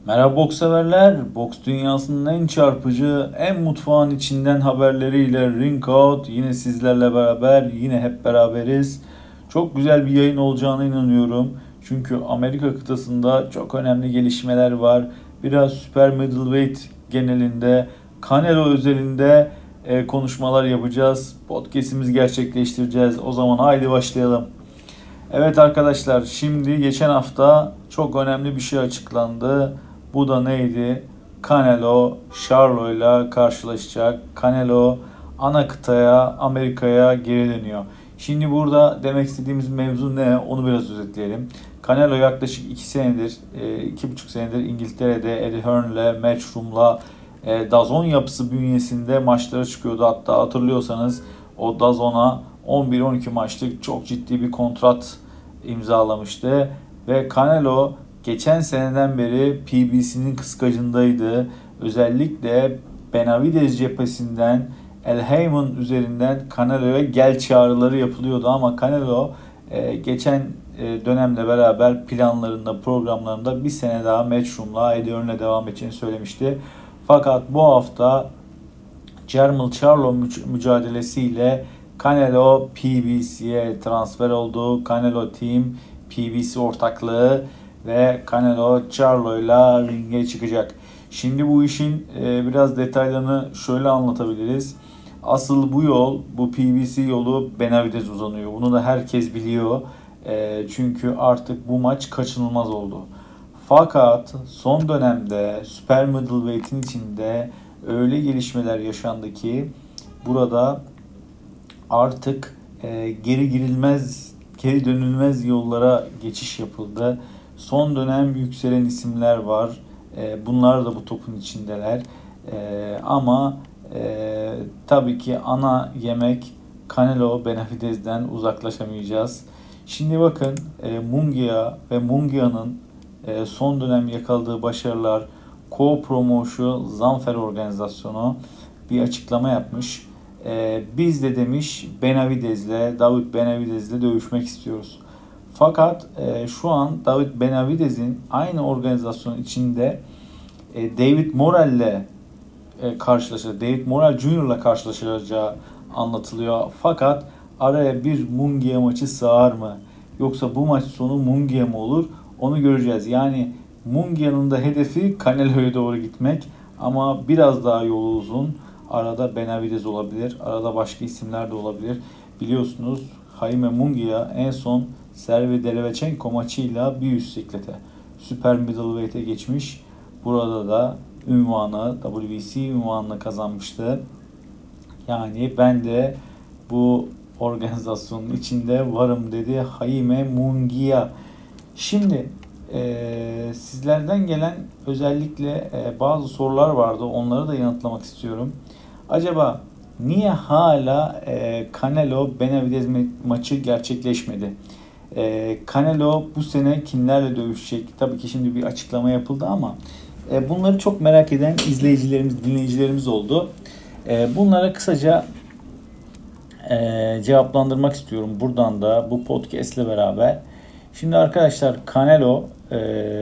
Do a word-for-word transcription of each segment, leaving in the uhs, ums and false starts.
Merhaba boks severler. Boks dünyasının en çarpıcı, en mutfağın içinden haberleriyle Ring Out yine sizlerle beraber, yine hep beraberiz. Çok güzel bir yayın olacağına inanıyorum. Çünkü Amerika kıtasında çok önemli gelişmeler var. Biraz Super Middleweight genelinde, Canelo özelinde e, konuşmalar yapacağız. Podcast'imizi gerçekleştireceğiz. O zaman haydi başlayalım. Evet arkadaşlar, şimdi geçen hafta çok önemli bir şey açıklandı. Bu da neydi? Canelo Charlo ile karşılaşacak. Canelo ana kıtaya, Amerika'ya geri dönüyor. Şimdi burada demek istediğimiz mevzu ne? Onu biraz özetleyelim. Canelo yaklaşık iki senedir, iki buçuk senedir İngiltere'de Eddie Hearn'le, Matchroom'la, e, DAZN yapısı bünyesinde maçlara çıkıyordu. Hatta hatırlıyorsanız o DAZN'a on bir on iki maçlık çok ciddi bir kontrat imzalamıştı. Ve Canelo geçen seneden beri P B C'nin kıskacındaydı. Özellikle Benavidez cephesinden El Heyman üzerinden Canelo'ya gel çağrıları yapılıyordu ama Canelo e, geçen e, dönemle beraber planlarında, programlarında bir sene daha Matchroom'la, Eddie Hearn'le devam edeceğini söylemişti. Fakat bu hafta Jermall Charlo mücadelesiyle Canelo P B C'ye transfer oldu. Canelo Team P B C ortaklığı ve Canelo Charlo ile ringe çıkacak. Şimdi bu işin e, biraz detaylarını şöyle anlatabiliriz. Asıl bu yol, bu P B C yolu Benavidez uzanıyor. Bunu da herkes biliyor. E, çünkü artık bu maç kaçınılmaz oldu. Fakat son dönemde Super Middleweight'in içinde öyle gelişmeler yaşandı ki burada artık e, geri girilmez, geri dönülmez yollara geçiş yapıldı. Son dönem yükselen isimler var. E, bunlar da bu topun içindeler. E, ama e, tabii ki ana yemek Canelo Benavidez'den uzaklaşamayacağız. Şimdi bakın e, Munguia ve Munguia'nın e, son dönem yakaladığı başarılar, Co-Promotion Zanfer Organizasyonu bir açıklama yapmış. Ee, biz de demiş Benavidez'le, David Benavidez'le dövüşmek istiyoruz. Fakat e, şu an David Benavidez'in aynı organizasyon içinde e, David Morrell'le e, karşılaşacağı, David Morrell Junior'la karşılaşacağı anlatılıyor. Fakat araya bir Munguia maçı sığar mı? Yoksa bu maç sonu Munguia mı olur? Onu göreceğiz. Yani Munguia'nın da hedefi Canelo'ya doğru gitmek ama biraz daha yolu uzun. Arada Benavidez olabilir. Arada başka isimler de olabilir. Biliyorsunuz Jaime Munguia en son Sergey Derevchenko maçıyla bir üst siklete Super Middleweight'e geçmiş. Burada da ünvanı, W B C ünvanını kazanmıştı. Yani ben de bu organizasyonun içinde varım dedi Jaime Munguia. Şimdi e, sizlerden gelen özellikle e, bazı sorular vardı. Onları da yanıtlamak istiyorum. Acaba niye hala e, Canelo Benavidez maçı gerçekleşmedi? E, Canelo bu sene kimlerle dövüşecek? Tabii ki şimdi bir açıklama yapıldı ama e, bunları çok merak eden izleyicilerimiz, dinleyicilerimiz oldu. E, bunlara kısaca e, cevaplandırmak istiyorum buradan da bu podcast ile beraber. Şimdi arkadaşlar Canelo e,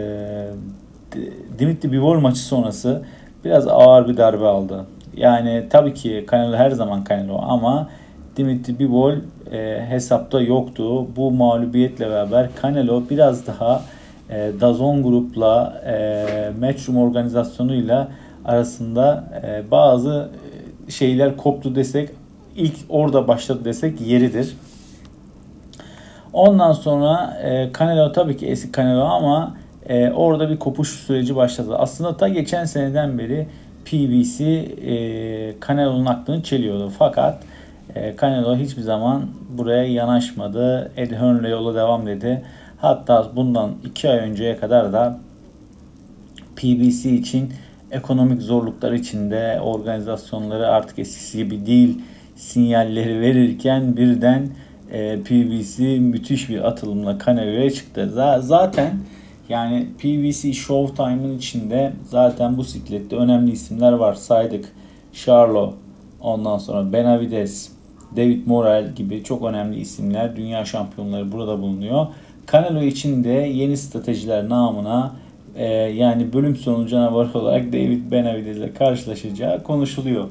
Dimitri Bivol maçı sonrası biraz ağır bir darbe aldı. Yani tabii ki Canelo her zaman Canelo ama Dimitri Bivol e, hesapta yoktu. Bu mağlubiyetle beraber Canelo biraz daha e, DAZN grupla e, Matchroom organizasyonuyla arasında e, bazı şeyler koptu desek, ilk orada başladı desek yeridir. Ondan sonra e, Canelo tabii ki eski Canelo ama e, orada bir kopuş süreci başladı. Aslında ta geçen seneden beri P B C e, Canelo'nun aklını çeliyordu. Fakat e, Canelo hiçbir zaman buraya yanaşmadı. Eddie Hearn'le yola devam dedi. Hatta bundan iki ay önceye kadar da P B C için ekonomik zorluklar içinde organizasyonları artık eskisi gibi değil sinyalleri verirken birden e, P B C müthiş bir atılımla Canelo'ya çıktı. Zaten yani P B C Showtime'ın içinde zaten bu siklette önemli isimler var. Saydık. Charlo, ondan sonra Benavidez, David Morrell gibi çok önemli isimler, dünya şampiyonları burada bulunuyor. Canelo için de yeni stratejiler namına e, yani bölüm sonu canavarı olarak David Benavidez ile karşılaşacağı konuşuluyor.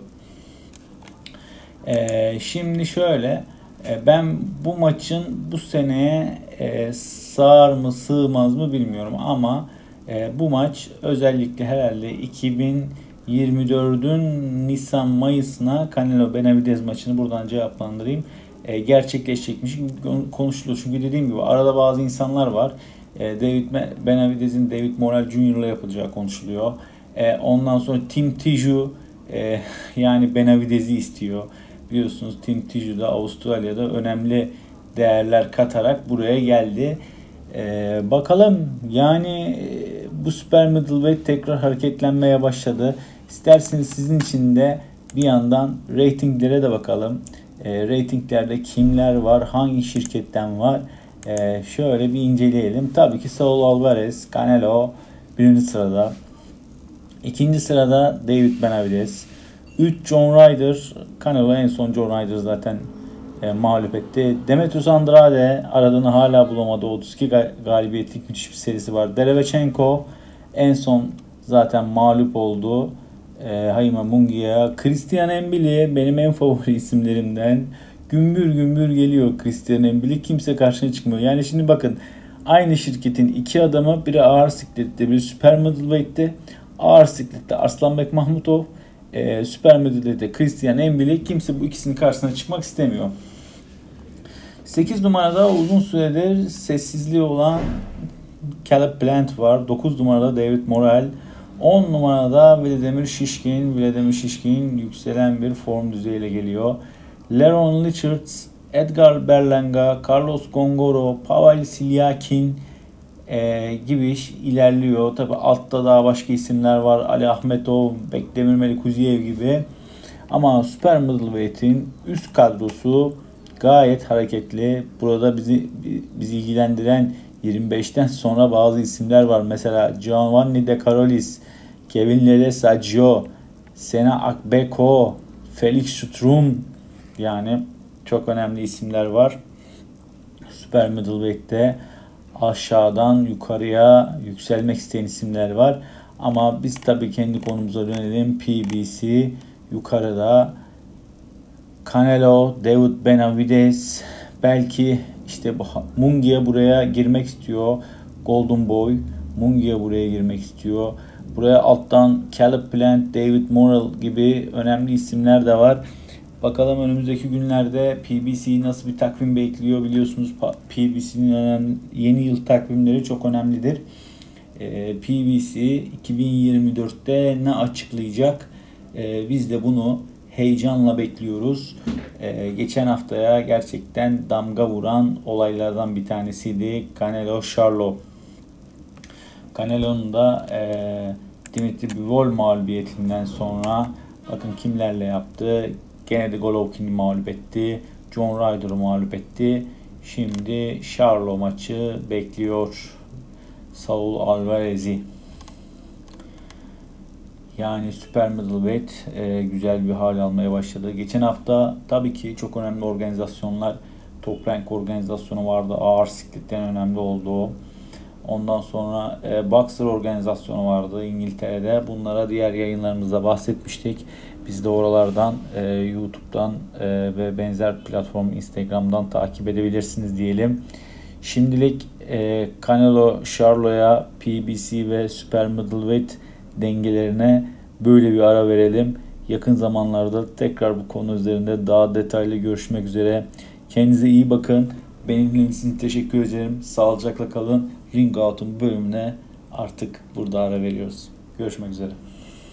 E, şimdi şöyle, e, ben bu maçın bu seneye e, sığar mı sığmaz mı bilmiyorum ama e, bu maç özellikle herhalde iki bin yirmi dördün Nisan Mayıs'ına Canelo Benavidez maçını buradan cevaplandırayım. E, gerçekleşecekmiş konuşuluyor. Çünkü dediğim gibi arada bazı insanlar var. E, David Benavidez'in David Morrell Junior'la yapılacağı konuşuluyor. E, ondan sonra Tim Tszyu e, yani Benavidez'i istiyor. Biliyorsunuz Tim Tszyu da Avustralya'da önemli değerler katarak buraya geldi. Ee, bakalım yani bu super middleweight tekrar hareketlenmeye başladı. İsterseniz sizin için de bir yandan ratinglere de bakalım. Ee, ratinglerde kimler var, hangi şirketten var? Ee, şöyle bir inceleyelim. Tabii ki Saul Alvarez, Canelo birinci sırada. İkinci sırada David Benavidez. üç John Ryder. Canelo en son John Ryder zaten e, mağlup etti. Demetrius Andrade aradığını hala bulamadı. otuz iki galibiyetlik müthiş bir serisi var. Derevchenko en son zaten mağlup oldu. E, Jaime Munguia. Christian Mbili benim en favori isimlerimden. Gümbür gümbür geliyor Christian Mbili. Kimse karşına çıkmıyor. Yani şimdi bakın, aynı şirketin iki adamı, biri ağır siklette, biri super middleweight'te. Ağır siklette Arslanbek Mahmutov, e, super middleweight'te Christian Mbili. Kimse bu ikisinin karşısına çıkmak istemiyor. sekiz numarada uzun süredir sessizliği olan Caleb Plant var. dokuz numarada David Morrell. on numarada Vladimir Shishkin. Vladimir Shishkin yükselen bir form düzeyiyle geliyor. Leron Richards, Edgar Berlanga, Carlos Gongoro, Pavel Silyakin e, gibi ilerliyor. Tabi altta daha başka isimler var. Ali Ahmetov, Bekdemir Melikuziyev gibi. Ama Super Middleweight'in üst kadrosu gayet hareketli. Burada bizi bizi ilgilendiren yirmi beşten sonra bazı isimler var. Mesela Giovanni De Carolis, Kevin Lelesagio, Sena Akbeko, Felix Strum, yani çok önemli isimler var. Super Middleweight'te aşağıdan yukarıya yükselmek isteyen isimler var. Ama biz tabii kendi konumuza dönelim. P B C yukarıda. Canelo, David Benavidez, belki işte Munguia buraya girmek istiyor. Golden Boy, Munguia buraya girmek istiyor. Buraya alttan Caleb Plant, David Morrell gibi önemli isimler de var. Bakalım önümüzdeki günlerde P B C nasıl bir takvim bekliyor, biliyorsunuz P B C'nin önemli, yeni yıl takvimleri çok önemlidir. Ee, P B C iki bin yirmi dörtte ne açıklayacak? Ee, biz de bunu heyecanla bekliyoruz. Ee, geçen haftaya gerçekten damga vuran olaylardan bir tanesiydi Canelo Charlo. Canelo'nun da e, Dimitri Bivol mağlubiyetinden sonra bakın kimlerle yaptı. Gene de Golovkin'i mağlup etti. John Ryder'ı mağlup etti. Şimdi Charlo maçı bekliyor Saul Alvarez'i. Yani Super Middleweight e, güzel bir hal almaya başladı. Geçen hafta tabii ki çok önemli organizasyonlar, Top Rank organizasyonu vardı. Ağır sikletten önemli olduğu. Ondan sonra e, Boxer organizasyonu vardı İngiltere'de. Bunlara diğer yayınlarımızda bahsetmiştik. Biz de oralardan e, YouTube'dan e, ve benzer platform Instagram'dan takip edebilirsiniz diyelim. Şimdilik e, Canelo Charlo'ya, P B C ve Super Middleweight dengelerine böyle bir ara verelim. Yakın zamanlarda tekrar bu konu üzerinde daha detaylı görüşmek üzere. Kendinize iyi bakın. Beni dinlediğiniz için teşekkür ederim. Sağlıcakla kalın. Ring Out'un bölümüne artık burada ara veriyoruz. Görüşmek üzere.